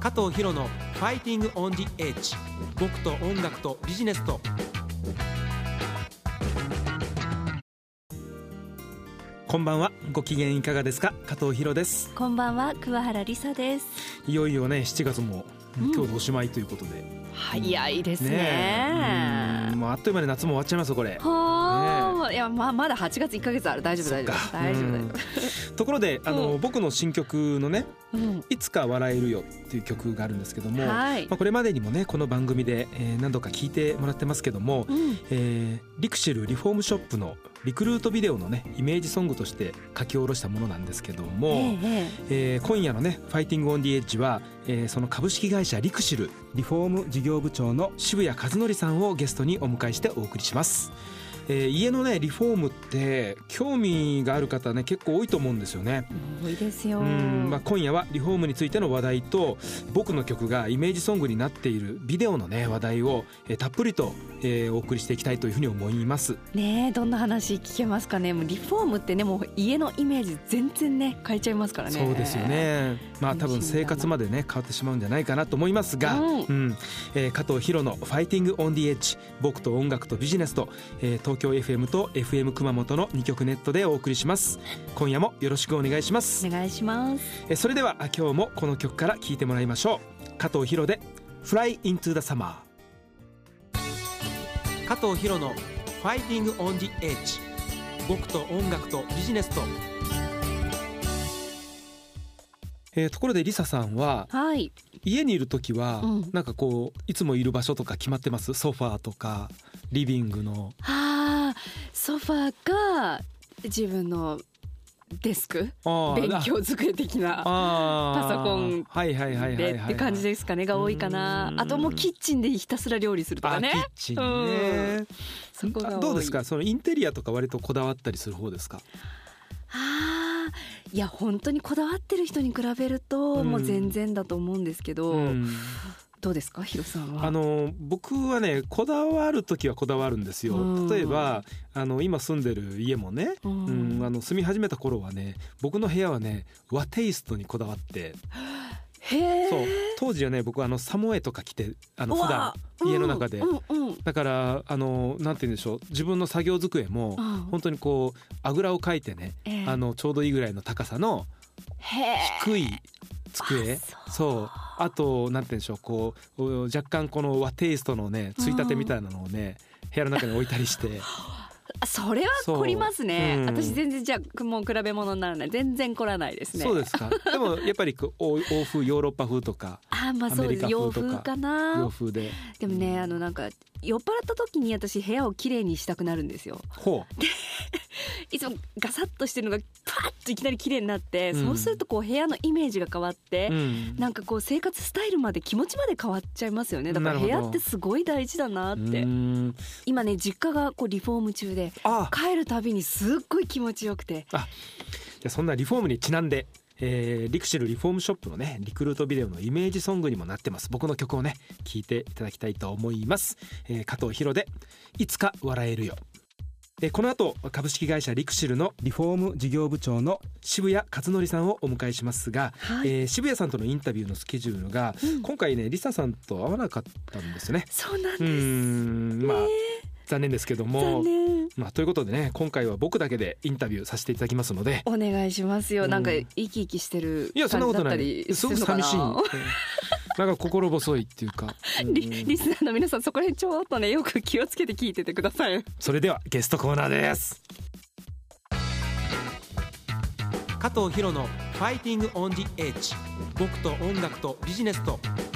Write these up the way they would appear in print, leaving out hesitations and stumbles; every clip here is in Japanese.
加藤博のファイティングオンディエッジ、僕と音楽とビジネスと。こんばんは、ご機嫌いかがですか。加藤博です。 こんばんは、桑原理沙です。 いよいよね、7月も今日でおしまいということで、 早いですね。 もうあっという間に夏も終わっちゃいますよこれ。 はあ、いや、まだ8月1ヶ月ある。大丈夫大丈夫。 ところで僕の新曲のね、いつか笑えるよっていう曲があるんですけども、これまでにもねこの番組で何度か聞いてもらってますけども、リクシルリフォームショップのリクルートビデオのねイメージソングとして書き下ろしたものなんですけども、今夜のねファイティングオンディエッジは、その株式会社リクシルリフォーム事業部長の渋谷和則さんをゲストにお迎えしてお送りします。家のねリフォームって興味がある方ね結構多いと思うんですよね。 多いですよ。 今夜はリフォームについての話題と僕の曲がイメージソングになっているビデオのね話題をたっぷりとお送りしていきたいというふうに思いますね。どんな話聞けますかね。もうリフォームってね、もう家のイメージ全然ね変えちゃいますからね。 そうですよね。多分生活までね変わってしまうんじゃないかなと思いますが、加藤博のファイティングオンディエッジ、僕と音楽とビジネスと、東京 FM と FM 熊本の2曲ネットでお送りします。今夜もよろしくお願いします。 お願いします。 それでは今日もこの曲から聴いてもらいましょう。加藤博で Fly into the Summer。 加藤博の Fighting on the Edge、 僕と音楽とビジネスと。ところでリサさんは、家にいるときは、なんかこういつもいる場所とか決まってます？ソファーとかリビングの。 ソファーか自分のデスク、勉強机的なパソコンでって感じですかねが多いかな。あともうキッチンでひたすら料理するとかね。 キッチンね、そこが多い。どうですか、そのインテリアとか割とこだわったりする方ですか？ いや本当にこだわってる人に比べるともう全然だと思うんですけど、どうですかヒロさんは？ 僕はねこだわるときはこだわるんですよ。例えば今住んでる家もね、住み始めた頃はね僕の部屋はね和テイストにこだわって、そう当時はね僕サモエとか着て普段家の中で、だからなんて言うんでしょう、自分の作業机も本当にこうあぐらをかいてね、ちょうどいいぐらいの高さの低い机、あとなんて言うんでしょう、こう若干この和テイストのねついたてみたいなのをね部屋の中に置いたりしてそれは凝りますね。私全然じゃあもう比べ物にならない。全然凝らないですね。 そうですか。でもやっぱり欧風ヨーロッパ風とかアメリカ風とか洋風かな。 洋風でもねなんか酔っ払った時に私部屋をきれいにしたくなるんですよ。でいつもガサッとしてるのがパッといきなりきれいになって、そうするとこう部屋のイメージが変わって、なんかこう生活スタイルまで気持ちまで変わっちゃいますよね。だから部屋ってすごい大事だなって。今ね実家がこうリフォーム中で帰るたびにすっごい気持ちよくて。 じゃあそんなリフォームにちなんでリクシルリフォームショップのねリクルートビデオのイメージソングにもなってます僕の曲をね聴いていただきたいと思います。加藤博でいつか笑えるよ。この後株式会社リクシルのリフォーム事業部長の渋谷和則さんをお迎えしますが、渋谷さんとのインタビューのスケジュールが、今回ねリサさんと合わなかったんですね。 そうなんです。 残念ですけども、ということでね今回は僕だけでインタビューさせていただきますのでお願いしますよ。なんか生き生きしてる感じだったりするのかな。 すごく寂しいなんか心細いっていうかリスナーの皆さんそこら辺ちょっとねよく気をつけて聞いててください。 それではゲストコーナーです。加藤博のファイティングオンディエッジ、僕と音楽とビジネスと。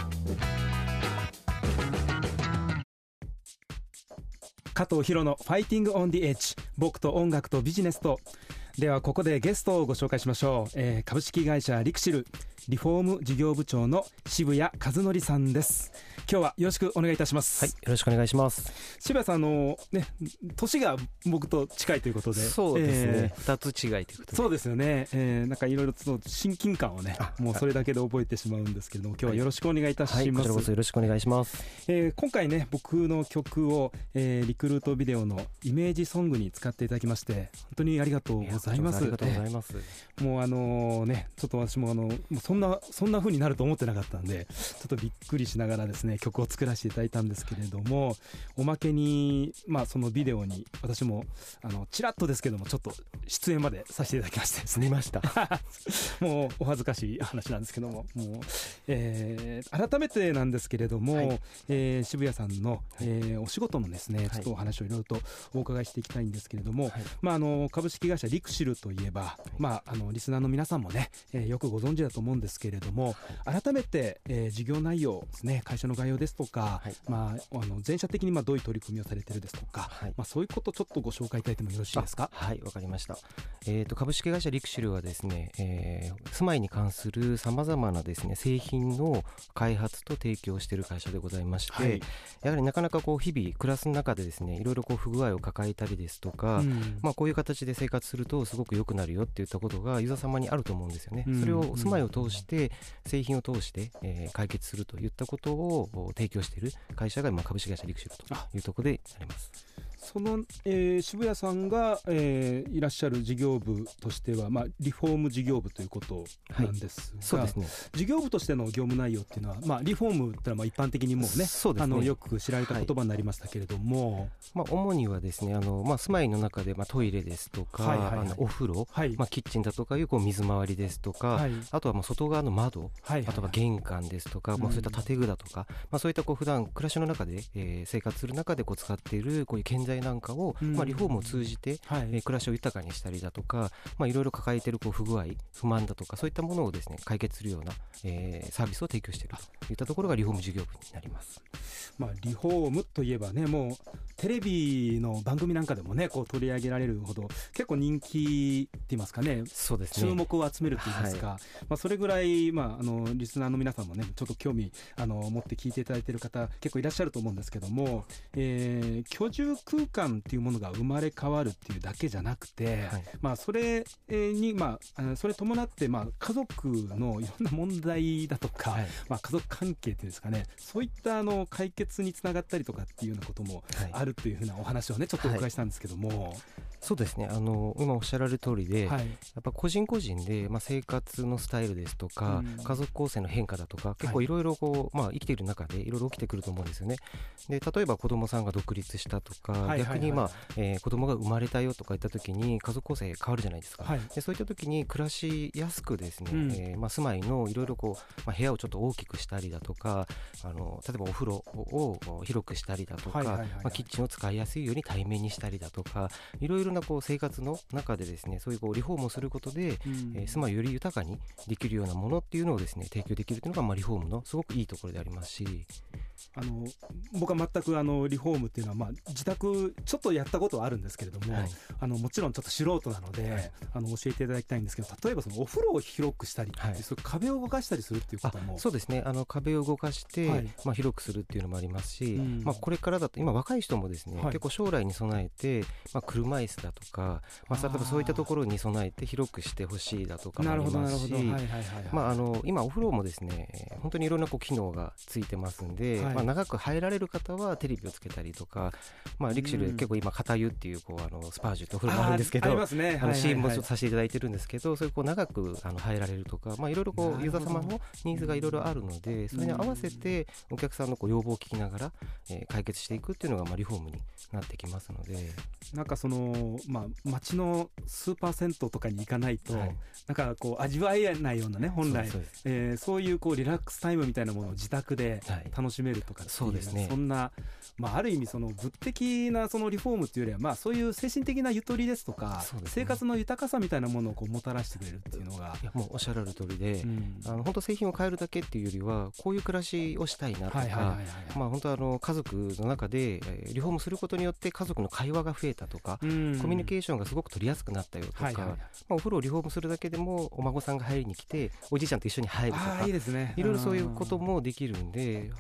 加藤博のファイティングオンディエッジ、僕と音楽とビジネスと。ではここでゲストをご紹介しましょう。株式会社リクシルリフォーム事業部長の渋谷和則さんです。 今日はよろしくお願いいたします。 はい、よろしくお願いします。 渋谷さんね、年が僕と近いということで、 そうですね、2つ違いということで。 そうですよね、なんかいろいろと親近感をね、もうそれだけで覚えてしまうんですけれども、今日はよろしくお願いいたします。 はい、こちらこそよろしくお願いします。 今回ね、僕の曲を、リクルートビデオのイメージソングに使っていただきまして本当にありがとうございます。 ありがとうございます。 もうね、ちょっと私もそんな風になると思ってなかったんで、ちょっとびっくりしながらですね、曲を作らせていただいたんですけれども、おまけに、そのビデオに私もちらっとですけどもちょっと出演までさせていただきましてですね、 見ましたもうお恥ずかしい話なんですけども、改めてなんですけれども、はい、渋谷さんの、お仕事のですね、ちょっとお話をいろいろとお伺いしていきたいんですけれども、株式会社リクシルといえば、リスナーの皆さんもね、よくご存知だと思うんですけれども、改めて、事業内容ですね、会社の概要ですとか、全社的にどういう取り組みをされているですとか、そういうことをちょっとご紹介いただいてもよろしいですか。 はい、わかりました。株式会社リクシルはですね、住まいに関するさまざまなですね、製品の開発と提供している会社でございまして、やはりなかなか日々暮らす中でですね、いろいろ不具合を抱えたりですとか、こういう形で生活するとすごく良くなるよっていったことがユーザー様にあると思うんですよね。それを住まいを通して製品を通して、解決するといったことを提供している会社が株式会社リクシルというところであります。 その、渋谷さんが、いらっしゃる事業部としては、リフォーム事業部ということなんですが、 そうですね、 事業部としての業務内容っていうのは、リフォームってのは一般的にもうね、 そうですね、 よく知られた言葉になりましたけれども、 主にはですね、住まいの中で、トイレですとか、お風呂、キッチンだとかいう水回りですとか、あとは外側の窓、あとは玄関ですとか、そういった建具だとか、そういった普段暮らしの中で、生活する中で使っているこういう建材なんかを、リフォームを通じて、暮らしを豊かにしたりだとか、いろいろ抱えている不具合、不満だとか、そういったものをですね、解決するような、サービスを提供しているといったところがリフォーム事業部になります。 リフォームといえばね、もうテレビの番組なんかでもね、取り上げられるほど結構人気って言いますかね、 そうですね、 注目を集めると言いますか、それぐらい、リスナーの皆さんもね、ちょっと興味持って聞いていただいている方結構いらっしゃると思うんですけども、居住空間っていうものが生まれ変わるっていうだけじゃなくて、それに、それ伴って、家族のいろんな問題だとか、家族関係っていうんですかね、そういった解決につながったりとかっていうようなこともあるというふうなお話をね、ちょっとお伺いしたんですけども。 そうですね、今おっしゃられる通りで、やっぱ個人個人で、生活のスタイルですとか、家族構成の変化だとか、結構いろいろ生きている中でいろいろ起きてくると思うんですよね。で、例えば子供さんが独立したとか、逆に子供が生まれたよとかいった時に家族構成変わるじゃないですか。で、そういった時に暮らしやすくですね、住まいのいろいろ部屋をちょっと大きくしたりだとか、例えばお風呂を広くしたりだとか、キッチンを使いやすいように対面にしたりだとか、いろいろな生活の中でですね、そういうリフォームをすることで、住まいをより豊かにできるようなものっていうのをですね、提供できるというのが、リフォームのすごくいいところでありますし、 僕は全くリフォームっていうのは、自宅ちょっとやったことはあるんですけれども、もちろんちょっと素人なので、教えていただきたいんですけど、例えばそのお風呂を広くしたりって、そういう壁を動かしたりするっていうことも。そうですね、 壁を動かして、広くするっていうのもありますし、これからだと今若い人もですね、結構将来に備えて、車椅子だとか、例えばそういったところに備えて広くしてほしいだとかもありますし、今お風呂もですね、本当にいろんな機能がついてますんで、長く入られる方はテレビをつけたりとか、リクシルで結構今片湯っていうスパージュってお風呂もあるんですけど、CM もさせていただいてるんですけど、そういう長く入られるとか、いろいろユーザー様のニーズがいろいろあるので、それに合わせてお客さんの要望を聞きながら、解決していくっていうのがリフォームになってきますので、 なんか街のスーパー銭湯とかに行かないと、なんか味わえないようなね、本来そういうリラックスタイムみたいなものを自宅で楽しめるとかっていう、そうですね、そんな、ある意味物的なリフォームっていうよりは、そういう精神的なゆとりですとか、生活の豊かさみたいなものをもたらしてくれるっていうのが、 もうおっしゃられる通りで、本当製品を変えるだけっていうよりは、こういう暮らしをしたいなとか、本当家族の中でリフォームすることによって家族の会話が増えたとか、コミュニケーションがすごく取りやすくなったよとか、お風呂をリフォームするだけでもお孫さんが入りに来ておじいちゃんと一緒に入るとか、いろいろそういうこともできるんで、本当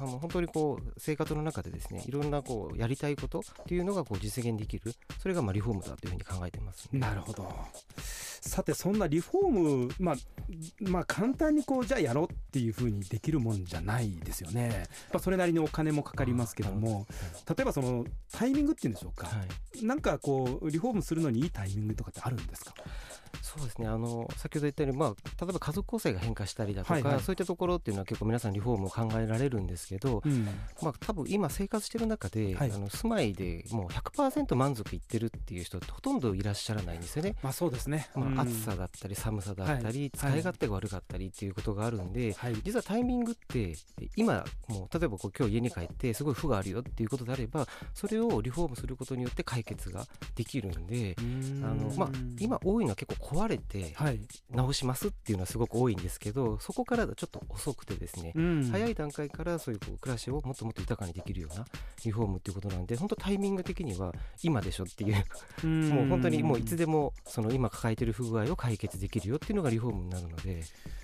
にこう生活の中でですね、いろんなこうやりたいことっていうのがこう実現できる、それがリフォームだというふうに考えてます。 なるほど。さてそんなリフォーム、簡単にこうじゃあやろうっていうふうにできるもんじゃないですよね。それなりにお金もかかりますけども、例えばそのタイミングっていうんでしょうか、なんかこうリフォームするのにいいタイミングとかってあるんですか？ そうですね、先ほど言ったように、例えば家族構成が変化したりだとか、そういったところっていうのは結構皆さんリフォームを考えられるんですけど、多分今生活してる中で、住まいでもう 100% 満足いってるっていう人ってほとんどいらっしゃらないんですよね。 そうですね、 暑さだったり寒さだったり、使い勝手が悪かったりっていうことがあるんで、実はタイミングって今もう例えば今日家に帰ってすごい負があるよっていうことであれば、それをリフォームすることによって解決ができるんで、今多いのは結構壊れて直しますっていうのはすごく多いんですけど、そこからちょっと遅くてですね、早い段階からそういう暮らしをもっともっと豊かにできるようなリフォームっていうことなんで、本当タイミング的には今でしょっていうもう本当にもういつでもその今抱えている不具合を解決できるよっていうのがリフォームになるので、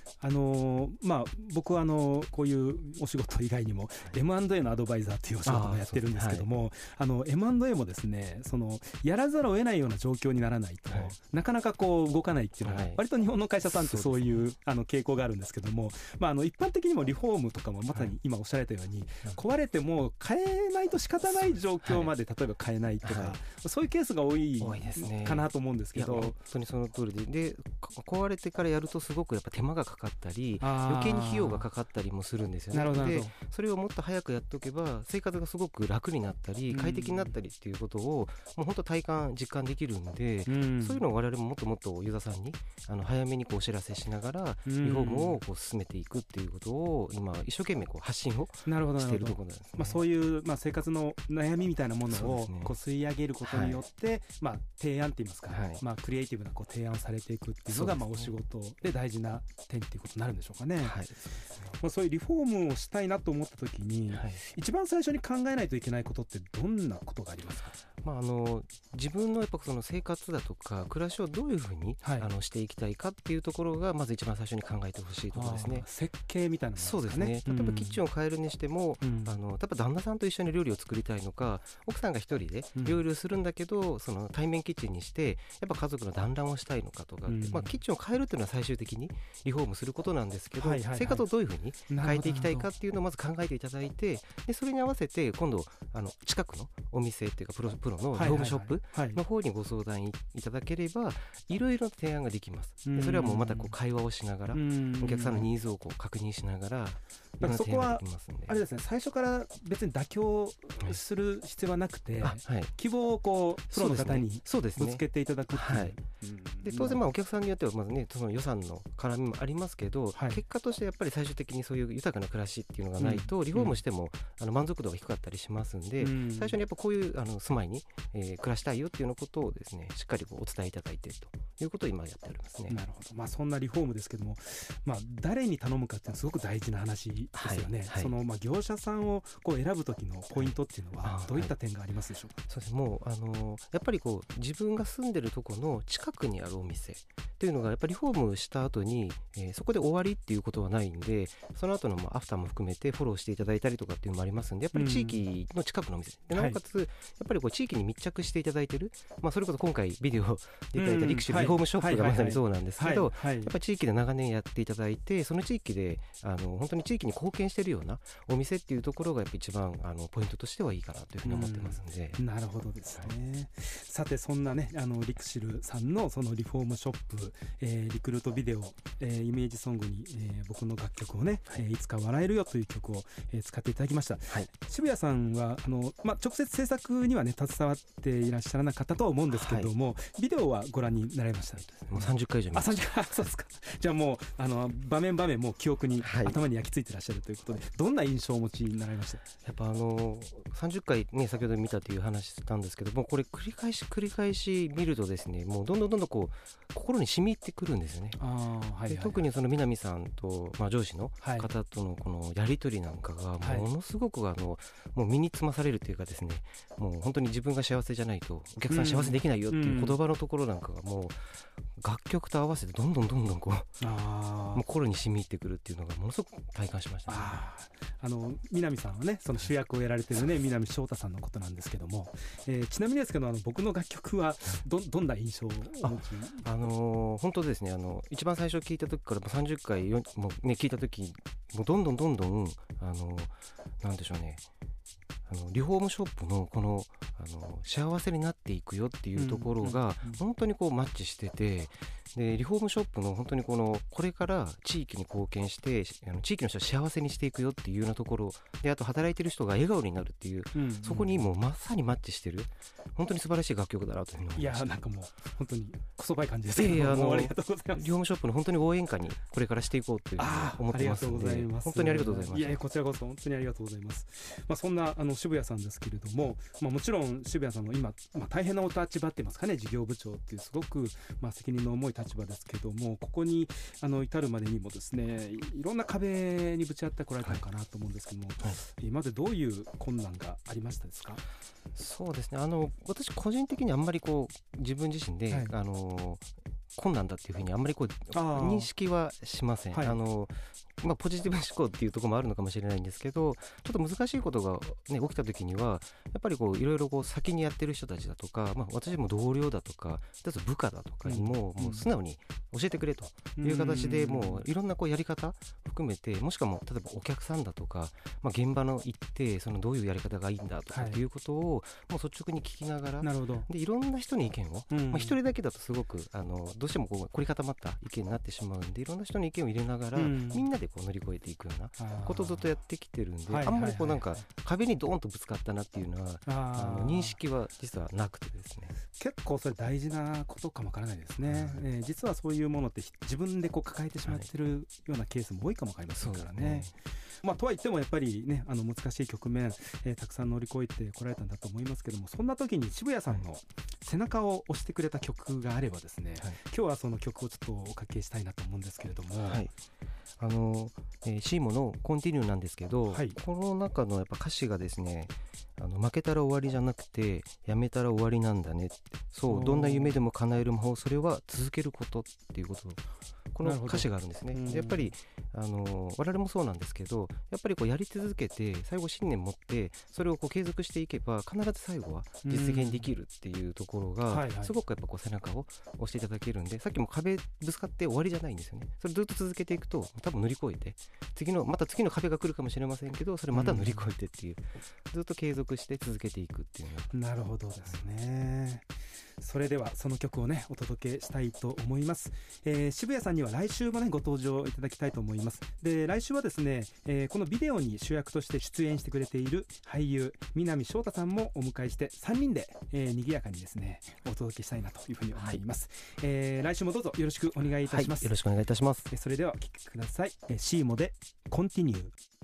僕はこういうお仕事以外にも M&A のアドバイザーというお仕事もやってるんですけども、M&A もですね、そのやらざるを得ないような状況にならないと、なかなかこう動かないっていうのは、割と日本の会社さんってそういう傾向があるんですけども、一般的にもリフォームとかもまさに今おっしゃられたように、壊れても変えないと仕方ない状況まで例えば変えないとか、そういうケースが多いかなと思うんですけど、 本当にその通りで、壊れてからやるとすごくやっぱ手間がかかったり余計に費用がかかったりもするんですよね。でそれをもっと早くやっておけば生活がすごく楽になったり快適になったりっていうことをもう本当体感実感できるんで、そういうのを我々ももっともっとユーザーさんに早めにこうお知らせしながらリフォームをこう進めていくっていうことを今一生懸命こう発信をしているところなんですね。 そういう、生活の悩みみたいなものをこう吸い上げることによって、提案って言いますか、クリエイティブなこう提案をされていくっていうのがお仕事で大事な点っていうことになるんでしょうかね。そういうリフォームをしたいなと思った時に、一番最初に考えないといけないことってどんなことがありますか？ 自分のやっぱその生活だとか暮らしをどういうふうに、していきたいかっていうところがまず一番最初に考えてほしいところですね。 設計みたいなものですかね。 そうですね。例えばキッチンを変えるにしても、例えば旦那さんと一緒に料理を作りたいのか、奥さんが一人で料理をするんだけど、その対面キッチンにしてやっぱ家族の団らんをしたいのかとか、キッチンを変えるっていうのは最終的にリフォームすることなんですけど、生活をどういうふうに変えていきたいかっていうのをまず考えていただいて、でそれに合わせて今度近くのお店っていうかプロのリフォームショップの方にご相談いただければいろいろ提案ができます。でそれはもうまたこう会話をしながらお客さんのニーズをこう確認しながらそこはあれですね、最初から別に妥協する必要はなくて、希望をこうプロの方にぶつけていただくっていう。 で当然お客さんによってはまずね、その予算の絡みもありますけど、結果としてやっぱり最終的にそういう豊かな暮らしっていうのがないと、リフォームしても満足度が低かったりしますんで、最初にやっぱこういう住まいに暮らしたいよっていうようなことをですね、しっかりこうお伝えいただいているということを今やっておりますね。 なるほど。そんなリフォームですけども、誰に頼むかっていうのはすごく大事な話ですよね。その業者さんをこう選ぶ時のポイントっていうのはどういった点がありますでしょうか？ そうです。もうやっぱりこう自分が住んでるところの近くにあるお店っていうのがやっぱりリフォームした後に、そこで終わりっていうことはないんで、その後のアフターも含めてフォローしていただいたりとかっていうのもありますんで、やっぱり地域の近くのお店で、なおかつやっぱりこう地域に密着していただいてる、それこそ今回ビデオでいただいたリクシルリフォームショップがまさにそうなんですけど、やっぱり地域で長年やっていただいて、その地域で本当に地域に貢献しているようなお店っていうところがやっぱ一番ポイントとしてはいいかなというふうに思ってますので。 なるほどですね。さてそんなねリクシルさんのそのリフォームショップ、リクルートビデオ、イメージソングに、僕の楽曲をね、いつか笑えるよという曲を、使っていただきました。渋谷さんは直接制作にはね携わっていらっしゃらなかったとは思うんですけれども、ビデオはご覧になられました？ もう30回以上見ました。 そうですか。じゃあもう場面もう記憶に、頭に焼き付いてらっしゃるということで、どんな印象をお持ちになられました？ やっぱ30回ね先ほど見たという話したんですけども、これ繰り返し見るとですね、もうどんどんこう心に染み入ってくるんですよね。で特にその南さんと、上司の方とのこのやり取りなんかがものすごくもう身につまされるというかですね、もう本当に自分が幸せじゃないとお客さん幸せできないよっていう言葉のところなんかがも楽曲と合わせてどんどんこうもう心に染み入ってくるっていうのがものすごく体感しましたね。 南さんはねその主役をやられてるね南翔太さんのことなんですけども、ちなみにですけど僕の楽曲はどんな印象をお持ち？ 本当ですね、一番最初聞いた時から30回もう、ね、聞いた時もうどんどんなんでしょうね、リフォームショップのこの幸せになっていくよっていうところが本当にこうマッチしてて、でリフォームショップの本当にこれから地域に貢献して地域の人を幸せにしていくよっていうようなところで、あと働いてる人が笑顔になるっていう、そこにもうまさにマッチしてる本当に素晴らしい楽曲だなというふうに思いました。 いやなんかもう本当にこそばい感じですけど、ありがとうございます。 リフォームショップの本当に応援歌にこれからしていこうというふうに思ってますので、本当にありがとうございます。 いやこちらこそ本当にありがとうございます。そんな渋谷さんですけれども、もちろん渋谷さんの今、大変なお立場って言いますかね、事業部長っていうすごく、責任の重い立場ですけども、ここに至るまでにもですねいろんな壁にぶち当ってこられたのかなと思うんですけども、今までどういう困難がありましたですか？ そうですね、私個人的にあんまり自分自身で、困難だっていうふうにあんまり認識はしません。ポジティブ思考っていうところもあるのかもしれないんですけど、ちょっと難しいことが、起きた時にはやっぱりいろいろ先にやってる人たちだとか、私も同僚だとか部下だとかにもう素直に教えてくれという形で、もういろんなやり方含めて、もしくはもう例えばお客さんだとか、現場の行ってどういうやり方がいいんだとかっていうことをもう率直に聞きながら、でいろんな人に意見を、一人だけだとすごくどうしても凝り固まった意見になってしまうんで、いろんな人の意見を入れながら、みんなで乗り越えていくようなことをずっとやってきてるんで、あんまりなんか壁にドーンとぶつかったなっていうのは認識は実はなくてですね。 結構それ大事なことかもわからないですね。実はそういうものって自分で抱えてしまってるようなケースも多いかもわかりませんからね。とはいってもやっぱりね難しい局面、たくさん乗り越えてこられたんだと思いますけども、そんな時に渋谷さんの背中を押してくれた曲があればですね、今日はその曲をちょっとおかけしたいなと思うんですけれども、 シーモのコンティニューなんですけど、この中のやっぱ歌詞がですね、負けたら終わりじゃなくてやめたら終わりなんだねって、そうどんな夢でも叶える魔法、それは続けることっていうこと、この歌詞があるんですね。でやっぱり我々もそうなんですけど、やっぱりやり続けて最後信念持ってそれを継続していけば必ず最後は実現できるっていうところがすごくやっぱ背中を押していただけるんで、さっきも壁ぶつかって終わりじゃないんですよね。それずっと続けていくと多分乗り越えてまた次の壁が来るかもしれませんけど、それまた乗り越えてっていう、ずっと継続して続けていくっていうのが。なるほどですね。それではその曲をねお届けしたいと思います。渋谷さんには来週もねご登場いただきたいと思います。で来週はですね、このビデオに主役として出演してくれている俳優南翔太さんもお迎えして3人で、賑やかにですねお届けしたいなというふうに思います。来週もどうぞよろしくお願いいたします。 よろしくお願いいたします。 それではお聴きください。シーモでコンティニュー。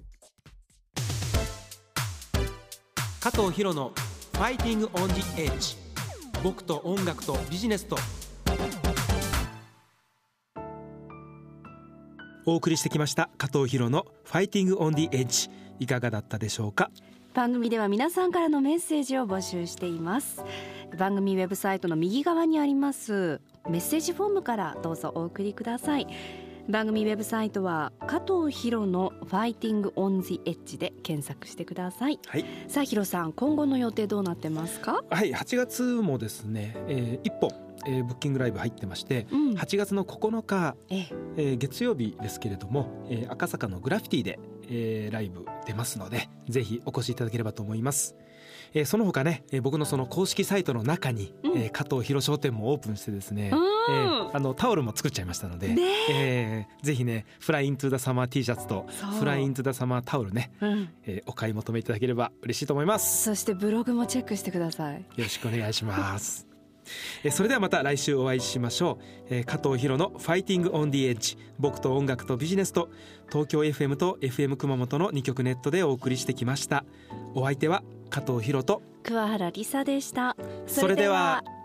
加藤博のファイティングオンジエッジ、僕と音楽とビジネスと。お送りしてきました加藤博のファイティングオンディエッジ、いかがだったでしょうか。 番組では皆さんからのメッセージを募集しています。番組ウェブサイトの右側にありますメッセージフォームからどうぞお送りください。番組ウェブサイトは加藤博のファイティングオンジエッジで検索してください。さあ博さん、今後の予定どうなってますか ？8月もですね、1本ブッキングライブ入ってまして、8月の9日、月曜日ですけれども、赤坂のグラフィティで、ライブ出ますのでぜひお越しいただければと思います。その他ね、僕のその公式サイトの中に、加藤博商店もオープンしてですね、タオルも作っちゃいましたので、ぜひねフライントゥザサマー T シャツとフライントゥザサマータオルね、お買い求めいただければ嬉しいと思います。 そしてブログもチェックしてください。よろしくお願いしますそれではまた来週お会いしましょう。加藤博のファイティングオンディエッジ、僕と音楽とビジネスと、東京 FM と FM 熊本の2局ネットでお送りしてきました。お相手は加藤博と桑原理沙でした。 それでは。